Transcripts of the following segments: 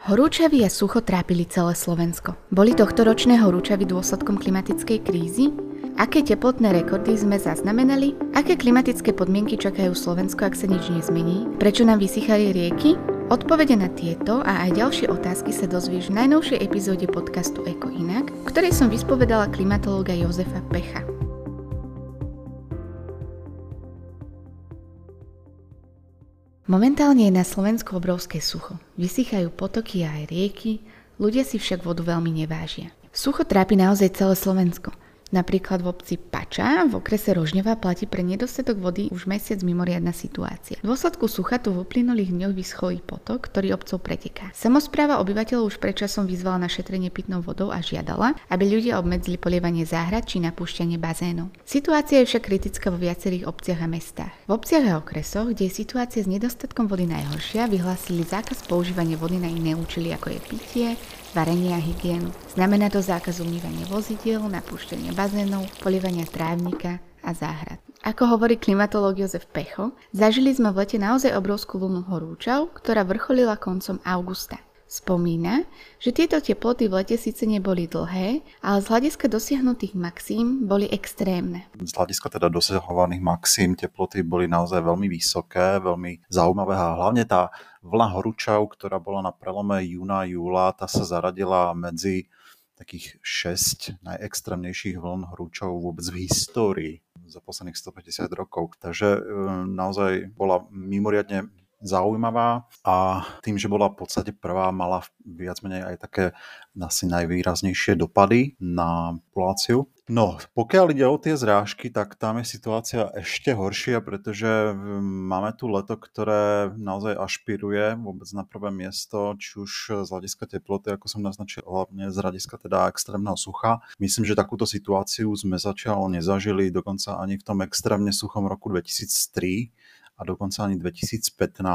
Horúčavy a sucho trápili celé Slovensko. Boli tohtoročné horúčavy dôsledkom klimatickej krízy? Aké teplotné rekordy sme zaznamenali? Aké klimatické podmienky čakajú Slovensko, ak sa nič nezmení? Prečo nám vysychali rieky? Odpovede na tieto a aj ďalšie otázky sa dozvieš v najnovšej epizóde podcastu Eko inak, v ktorej som vyspovedala klimatológa Jozefa Pecha. Momentálne je na Slovensku obrovské sucho. Vysychajú potoky a aj rieky, ľudia si však vodu veľmi nevážia. Sucho trápi naozaj celé Slovensko. Napríklad v obci Pača v okrese Rožňava platí pre nedostatok vody už mesiac mimoriadna situácia. V dôsledku sucha tu v uplynulých dňoch vyscholý potok, ktorý obcov preteká. Samospráva obyvateľov už predčasom vyzvala na šetrenie pitnou vodou a žiadala, aby ľudia obmedzili polievanie záhrad či napúšťanie bazénov. Situácia je však kritická vo viacerých obciach a mestách. V obciach a okresoch, kde je situácia s nedostatkom vody najhoršia, vyhlásili zákaz používania vody na iné účely, ako je pitie, varenie a hygienu. Znamená to zákaz umývania vozidiel, napúšťania bazénov, polievania trávnika a záhrad. Ako hovorí klimatológ Jozef Pecho, zažili sme v lete naozaj obrovskú vlnu horúčav, ktorá vrcholila koncom augusta. Spomína, že tieto teploty v lete síce neboli dlhé, ale z hľadiska dosiahnutých maxím boli extrémne. Z hľadiska teda dosahovaných maxím teploty boli naozaj veľmi vysoké, veľmi zaujímavé a hlavne tá vlna horúčav, ktorá bola na prelome júna a júla, tá sa zaradila medzi takých 6 najextrémnejších vln horúčav vôbec v histórii za posledných 150 rokov. Takže naozaj bola mimoriadne zaujímavá a tým, že bola v podstate prvá, mala viac menej aj také asi najvýraznejšie dopady na populáciu. No, pokiaľ ide o tie zrážky, tak tam je situácia ešte horšia, pretože máme tu leto, ktoré naozaj ašpiruje vôbec na prvé miesto, či už z hľadiska teploty, ako som naznačil, hlavne z hľadiska teda extrémneho sucha. Myslím, že takúto situáciu sme nezažili dokonca ani v tom extrémne suchom roku 2003, a dokonca ani 2015,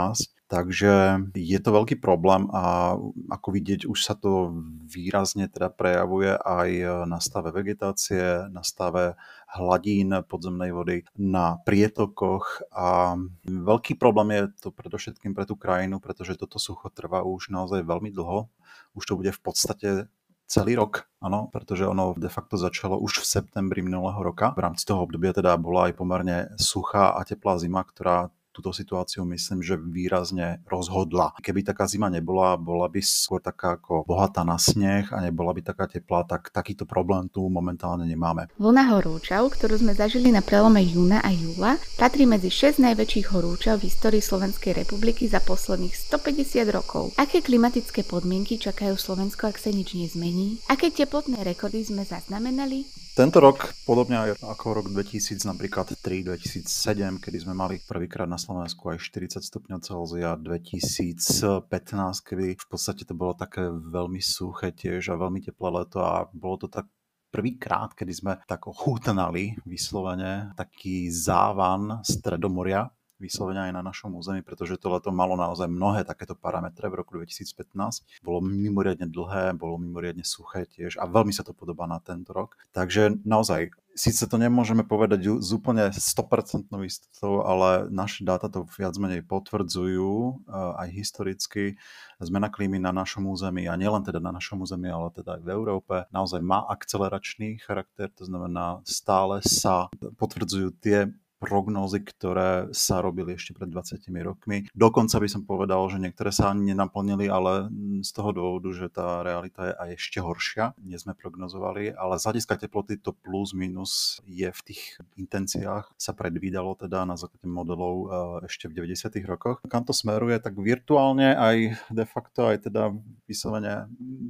takže je to veľký problém a ako vidieť, už sa to výrazne teda prejavuje aj na stave vegetácie, na stave hladín podzemnej vody, na prietokoch a veľký problém je to predovšetkým pre tú krajinu, pretože toto sucho trvá už naozaj veľmi dlho, už to bude v podstate celý rok, áno, pretože ono de facto začalo už v septembri minulého roka. V rámci toho obdobia teda bola aj pomerne suchá a teplá zima, ktorá túto situáciu myslím, že výrazne rozhodla. Keby taká zima nebola, bola by skôr taká ako bohatá na sneh a nebola by taká teplá, tak takýto problém tu momentálne nemáme. Vlna horúčav, ktorú sme zažili na prelome júna a júla, patrí medzi 6 najväčších horúčav v histórii Slovenskej republiky za posledných 150 rokov. Aké klimatické podmienky čakajú Slovensko, ak sa nič nezmení? Aké teplotné rekordy sme zaznamenali? Tento rok, podobne aj ako rok 2000, napríklad 2007, kedy sme mali prvýkrát na Slovensku aj 40 stupňov Celzia, 2015, kedy v podstate to bolo také veľmi suché tiež a veľmi teplé leto a bolo to tak prvýkrát, kedy sme tak ochutnali vyslovene taký závan Stredomoria, vyslovene aj na našom území, pretože to leto malo naozaj mnohé takéto parametre v roku 2015. Bolo mimoriadne dlhé, bolo mimoriadne suché tiež a veľmi sa to podobá na tento rok. Takže naozaj, síce to nemôžeme povedať z úplne 100% istotou, ale naše dáta to viac menej potvrdzujú aj historicky. Zmena klímy na našom území a nielen teda na našom území, ale teda aj v Európe naozaj má akceleračný charakter, to znamená stále sa potvrdzujú tie prognózy, ktoré sa robili ešte pred 20 rokmi. Dokonca by som povedal, že niektoré sa ani nenaplnili, ale z toho dôvodu, že tá realita je aj ešte horšia, než sme prognozovali, ale z hľadiska teploty to plus minus je v tých intenciách, sa predvídalo teda na základe modelov ešte v 90 rokoch. Kam to smeruje, tak virtuálne aj de facto aj teda vyslovene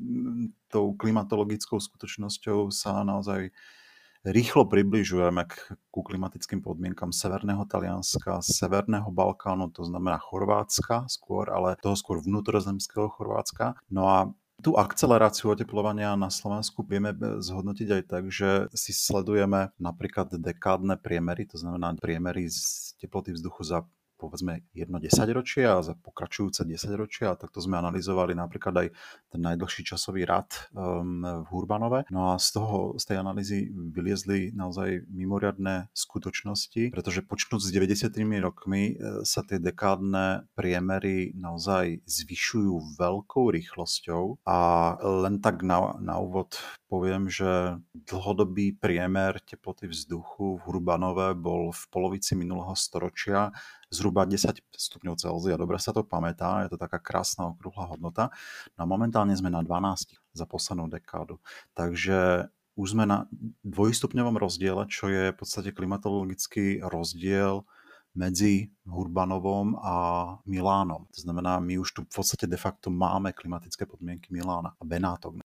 tou klimatologickou skutočnosťou sa naozaj rýchlo približujeme ku klimatickým podmienkam severného Talianska, severného Balkánu, to znamená Chorvátska skôr, ale toho skôr vnútrozemského Chorvátska. No a tú akceleráciu oteplovania na Slovensku vieme zhodnotiť aj tak, že si sledujeme napríklad dekádne priemery, to znamená priemery z teploty vzduchu za povedzme 1 desaťročie a za pokračujúce 10 ročia. A takto sme analyzovali napríklad aj ten najdlhší časový rad v Hurbanove. No a z tej analýzy vyliezli naozaj mimoriadne skutočnosti, pretože počnúť s 90 rokmi sa tie dekádne priemery naozaj zvyšujú veľkou rýchlosťou a len tak na úvod poviem, že dlhodobý priemer teploty vzduchu v Hurbanove bol v polovici minulého storočia zhruba 10 stupňov Celzia. Dobre sa to pamätá, je to taká krásna okrúhla hodnota. No a momentálne sme na 12 za poslednú dekádu. Takže už sme na dvojstupňovom rozdiele, čo je v podstate klimatologický rozdiel medzi Hurbanovom a Milánom. To znamená, my už tu v podstate de facto máme klimatické podmienky Milána a Benátok.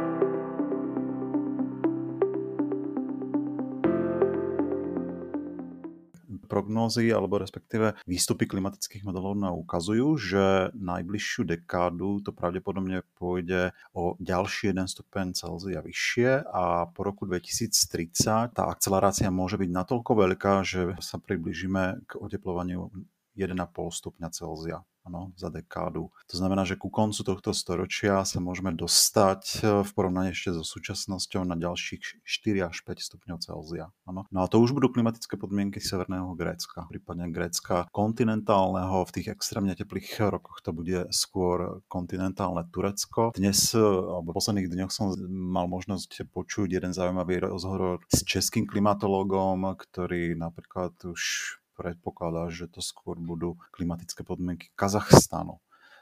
Prognózy alebo respektíve výstupy klimatických modelov nám ukazujú, že najbližšiu dekádu to pravdepodobne pôjde o ďalší 1 stupeň Celzia vyššie a po roku 2030 tá akcelerácia môže byť natoľko veľká, že sa priblížime k oteplovaniu 1,5 stupňa Celzia za dekádu. To znamená, že ku koncu tohto storočia sa môžeme dostať v porovnaní ešte so súčasnosťou na ďalších 4 až 5 stupňov Celzia. No a to už budú klimatické podmienky severného Grécka, prípadne Grécka kontinentálneho. V tých extrémne teplých rokoch to bude skôr kontinentálne Turecko. Dnes, alebo v posledných dňoch som mal možnosť počuť jeden zaujímavý rozhovor s českým klimatológom, ktorý napríklad už predpokladá, že to skôr budú klimatické podmienky Kazachstanu.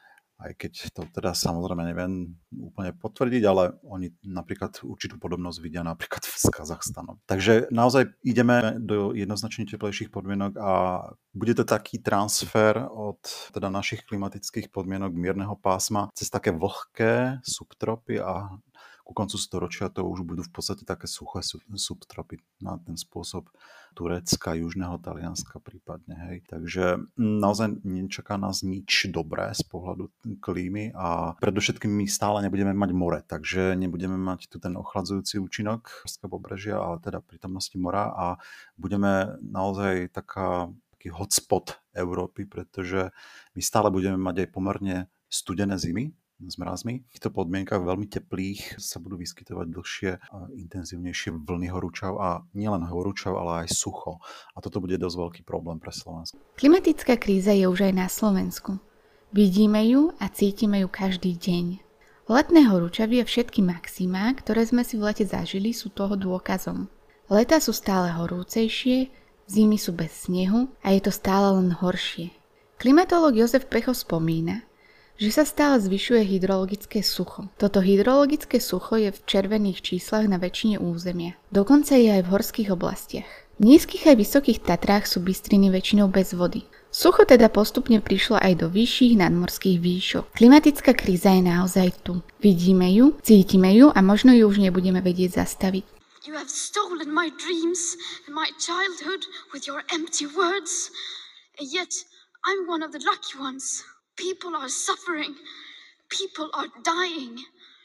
Aj keď to teda samozrejme neviem úplne potvrdiť, ale oni napríklad určitú podobnosť vidia napríklad s Kazachstanom. Takže naozaj ideme do jednoznačne teplejších podmienok a bude to taký transfer od teda našich klimatických podmienok mierneho pásma cez také vlhké subtropy a ku koncu storočia to už budú v podstate také suché subtropy na ten spôsob Turecka, južného Talianska prípadne. Hej. Takže naozaj nečaká nás nič dobré z pohľadu klímy a predovšetkým my stále nebudeme mať more, takže nebudeme mať tu ten ochladzujúci účinok horského pobrežia, ale teda prítomnosti mora a budeme naozaj taký hotspot Európy, pretože my stále budeme mať aj pomerne studené zimy s mrazmi. V týchto podmienkach veľmi teplých sa budú vyskytovať dlhšie a intenzívnejšie vlny horúčav a nielen horúčav, ale aj sucho. A toto bude dosť veľký problém pre Slovensko. Klimatická kríza je už aj na Slovensku. Vidíme ju a cítime ju každý deň. Letné horúčavy a všetky maximá, ktoré sme si v lete zažili, sú toho dôkazom. Leta sú stále horúcejšie, zimy sú bez snehu a je to stále len horšie. Klimatológ Jozef Pecho spomína, že sa stále zvyšuje hydrologické sucho. Toto hydrologické sucho je v červených číslach na väčšine územia. Dokonca je aj v horských oblastiach. V nízkych aj vysokých Tatrách sú bystriny väčšinou bez vody. Sucho teda postupne prišlo aj do vyšších nadmorských výšok. Klimatická kríza je naozaj tu. Vidíme ju, cítime ju a možno ju už nebudeme vedieť zastaviť. You have stolen my dreams and my childhood with your empty words. And yet, I'm one of the lucky ones. People are suffering. People are dying.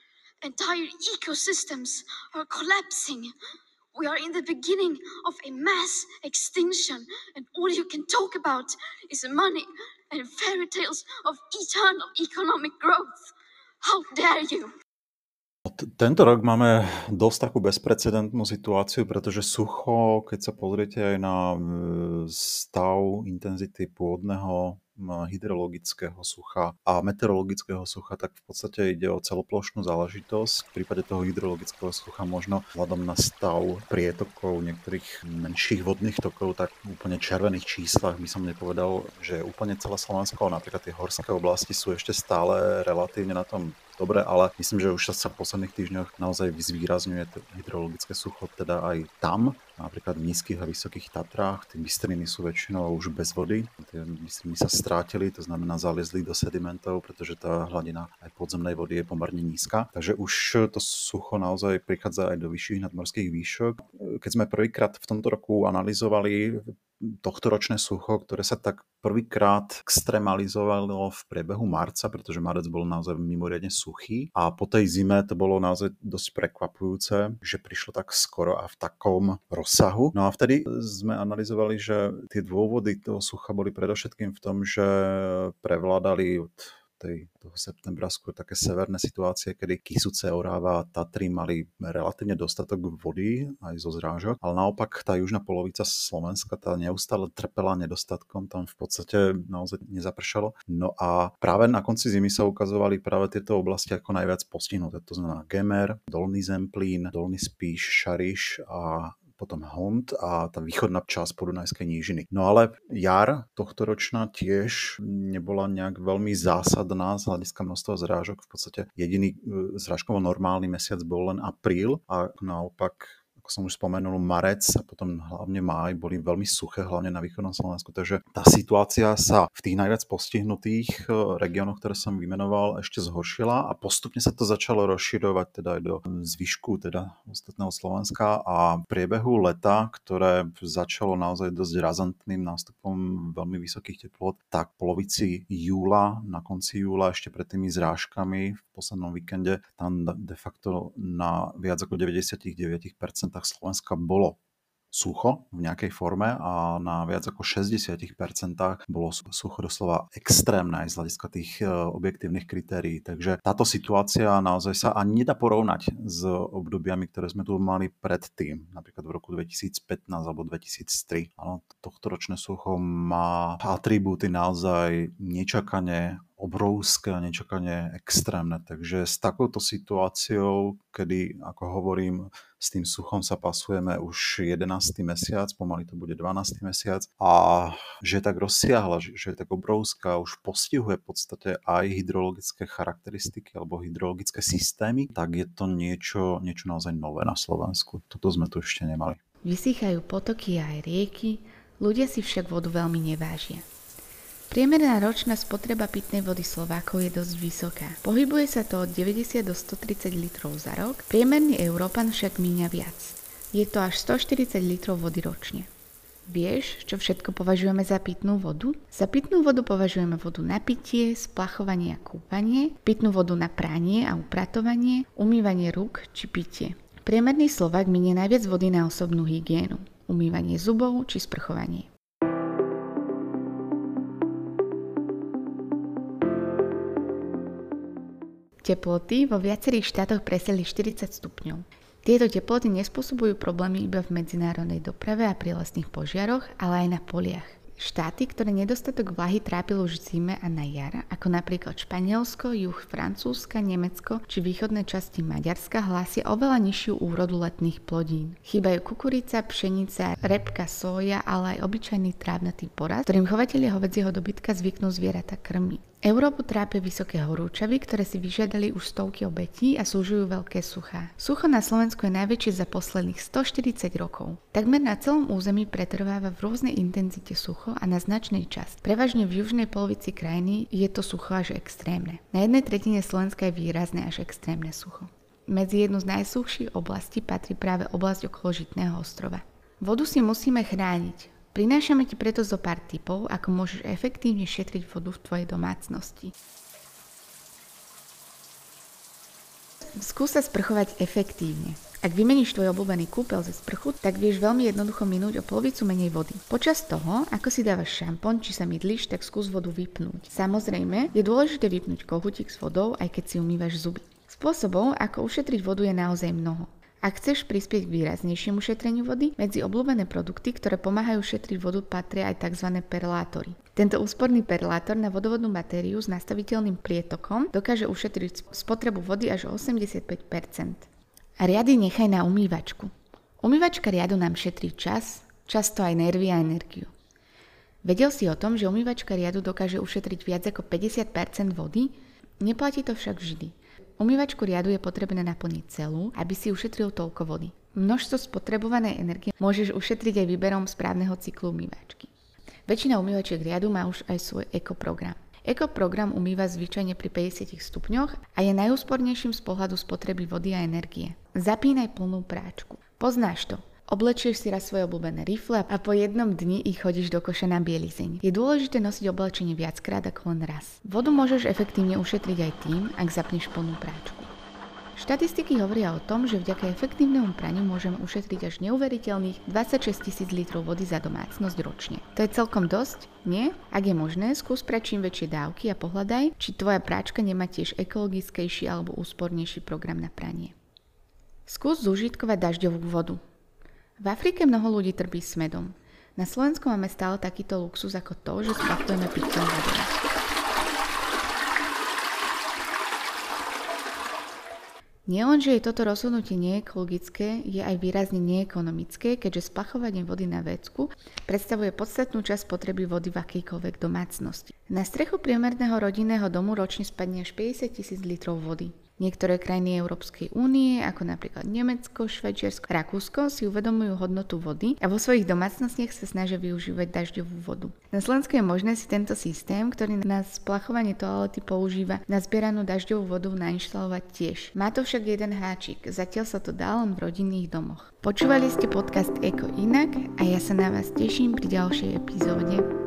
Entire ecosystems are collapsing. We are in the beginning of a mass extinction, and all you can talk about is money and fairy tales of eternal economic growth. How dare you? Tento rok máme dosť takú bezprecedentnú situáciu, pretože sucho, keď sa pozriete aj na stav intenzity pôdneho hydrologického sucha a meteorologického sucha, tak v podstate ide o celoplošnú záležitosť. V prípade toho hydrologického sucha možno vzhľadom na stav prietokov niektorých menších vodných tokov, tak v úplne červených číslach by som nepovedal, že úplne celé Slovensko, napríklad tie horské oblasti sú ešte stále relatívne na tom dobre, ale myslím, že už sa v posledných týždňoch naozaj zvýrazňuje to hydrologické sucho teda aj tam, napríklad v nízkych a vysokých Tatrách. Tie bystriny sú väčšinou už bez vody. Tie bystriny sa strátili, to znamená zaliezli do sedimentov, pretože tá hladina aj podzemnej vody je pomerne nízka. Takže už to sucho naozaj prichádza aj do vyšších nadmorských výšok. Keď sme prvýkrát v tomto roku analyzovali tohtoročné sucho, ktoré sa tak prvýkrát extremalizovalo v priebehu marca, pretože marec bol naozaj mimoriadne suchý a po tej zime to bolo naozaj dosť prekvapujúce, že prišlo tak skoro a v takom rozsahu. No a vtedy sme analyzovali, že tie dôvody toho sucha boli predovšetkým v tom, že prevládali od toho septembra skôr také severné situácie, kedy Kysuce, Oráva a Tatry mali relatívne dostatok vody aj zo zrážok, ale naopak tá južná polovica Slovenska tá neustále trpela nedostatkom, tam v podstate naozaj nezapršalo. No a práve na konci zimy sa ukazovali práve tieto oblasti ako najviac postihnuté, to znamená Gemer, Dolný Zemplín, Dolný Spíš, Šariš a potom Hont a tá východná časť Podunajskej nížiny. No ale jar tohtoročná tiež nebola nejak veľmi zásadná z hľadiska množstva zrážok. V podstate jediný zrážkovo normálny mesiac bol len apríl a naopak, ako som už spomenul, marec a potom hlavne máj boli veľmi suché, hlavne na východnom Slovensku. Takže tá situácia sa v tých najviac postihnutých regiónoch, ktoré som vymenoval, ešte zhoršila a postupne sa to začalo rozširovať teda aj do zvyšku teda ostatného Slovenska a v priebehu leta, ktoré začalo naozaj dosť razantným nástupom veľmi vysokých teplôt, tak v polovici júla, na konci júla ešte pred tými zrážkami v poslednom víkende tam de facto na viac ako 99% Slovenska bolo sucho v nejakej forme a na viac ako 60% bolo sucho doslova extrémne aj z hľadiska tých objektívnych kritérií. Takže táto situácia naozaj sa ani nedá porovnať s obdobiami, ktoré sme tu mali predtým, napríklad v roku 2015 alebo 2003. Áno, tohtoročné sucho má atribúty naozaj nečakane obrovské a nečakane extrémne. Takže s takouto situáciou, kedy, ako hovorím, s tým suchom sa pasujeme už 11. mesiac, pomaly to bude 12. mesiac a že je tak rozsiahla, že je tak obrovská, už postihuje v podstate aj hydrologické charakteristiky alebo hydrologické systémy, tak je to niečo naozaj nové na Slovensku. Toto sme tu ešte nemali. Vysychajú potoky a aj rieky, ľudia si však vodu veľmi nevážia. Priemerná ročná spotreba pitnej vody Slovákov je dosť vysoká. Pohybuje sa to od 90 do 130 litrov za rok, priemerný Európan však míňa viac. Je to až 140 litrov vody ročne. Vieš, čo všetko považujeme za pitnú vodu? Za pitnú vodu považujeme vodu na pitie, splachovanie a kúpanie, pitnú vodu na pranie a upratovanie, umývanie rúk či pitie. Priemerný Slovák minie najviac vody na osobnú hygienu, umývanie zubov či sprchovanie. Teploty vo viacerých štátoch presiahli 40 stupňov. Tieto teploty nespôsobujú problémy iba v medzinárodnej doprave a pri lesných požiaroch, ale aj na poliach. Štáty, ktoré nedostatok vlahy trápil už v zime a na jar, ako napríklad Španielsko, juh Francúzska, Nemecko či východné časti Maďarska, hlásia oveľa nižšiu úrodu letných plodín. Chýbajú kukurica, pšenica, repka, soja, ale aj obyčajný trávnatý porast, ktorým chovatelia hovädzieho dobytka zvyknú zvieratá krmiť. Európu trápia vysoké horúčavy, ktoré si vyžiadali už stovky obetí a súžujú veľké suchá. Sucho na Slovensku je najväčšie za posledných 140 rokov. Takmer na celom území pretrváva v rôznej intenzite sucho a na značnej časti. Prevažne v južnej polovici krajiny je to sucho až extrémne. Na 1/3 Slovenska je výrazné až extrémne sucho. Medzi jednu z najsuchších oblastí patrí práve oblasť okolo Žitného ostrova. Vodu si musíme chrániť. Prinášame ti preto zo pár tipov, ako môžeš efektívne šetriť vodu v tvojej domácnosti. Skús sa sprchovať efektívne. Ak vymeníš tvoj obľúbený kúpeľ ze sprchu, tak vieš veľmi jednoducho minúť o polovicu menej vody. Počas toho, ako si dávaš šampón či sa mydlíš, tak skús vodu vypnúť. Samozrejme, je dôležité vypnúť kohútik s vodou, aj keď si umývaš zuby. Spôsobov, ako ušetriť vodu, je naozaj mnoho. Ak chceš prispieť k výraznejšiemu šetreniu vody, medzi obľúbené produkty, ktoré pomáhajú šetriť vodu, patria aj tzv. Perlátory. Tento úsporný perlátor na vodovodnú batériu s nastaviteľným prietokom dokáže ušetriť spotrebu vody až o 85%. A riady nechaj na umývačku. Umývačka riadu nám šetrí čas, často aj nervy a energiu. Vedel si o tom, že umývačka riadu dokáže ušetriť viac ako 50% vody? Neplatí to však vždy. Umývačku riadu je potrebné naplniť celú, aby si ušetril toľko vody. Množstvo spotrebovanej energie môžeš ušetriť aj výberom správneho cyklu umývačky. Väčšina umývačiek riadu má už aj svoj ekoprogram. Ekoprogram umýva zvyčajne pri 50 stupňoch a je najúspornejším z pohľadu spotreby vody a energie. Zapínaj plnú práčku. Poznáš to. Oblečieš si raz svoje obľúbené rifle a po jednom dni ich hodíš do koša na bielizeň. Je dôležité nosiť oblečenie viackrát ako len raz. Vodu môžeš efektívne ušetriť aj tým, ak zapneš plnú práčku. Štatistiky hovoria o tom, že vďaka efektívnemu praniu môžeme ušetriť až neuveriteľných 26 000 litrov vody za domácnosť ročne. To je celkom dosť, nie? Ak je možné, skús prať čím väčšie dávky a pohľadaj, či tvoja práčka nemá tiež ekologickejší alebo úspornejší program na pranie. Skús zúžitkovať dažďovú vodu. V Afrike mnoho ľudí trpí smedom. Na Slovensku máme stále takýto luxus ako to, že splachujeme pitnou vodou. Nielenže je toto rozhodnutie neekologické, je aj výrazne neekonomické, keďže splachovanie vody na vecku predstavuje podstatnú časť potreby vody v akejkoľvek domácnosti. Na strechu priemerného rodinného domu ročne spadne až 50 000 litrov vody. Niektoré krajiny Európskej únie, ako napríklad Nemecko, Švajčiarsko, Rakúsko, si uvedomujú hodnotu vody a vo svojich domácnostiach sa snažia využívať dažďovú vodu. Na Slovensku je možné si tento systém, ktorý na splachovanie toalety používa na zbieranú dažďovú vodu, nainštalovať tiež. Má to však jeden háčik, zatiaľ sa to dá len v rodinných domoch. Počúvali ste podcast Eko inak a ja sa na vás teším pri ďalšej epizóde.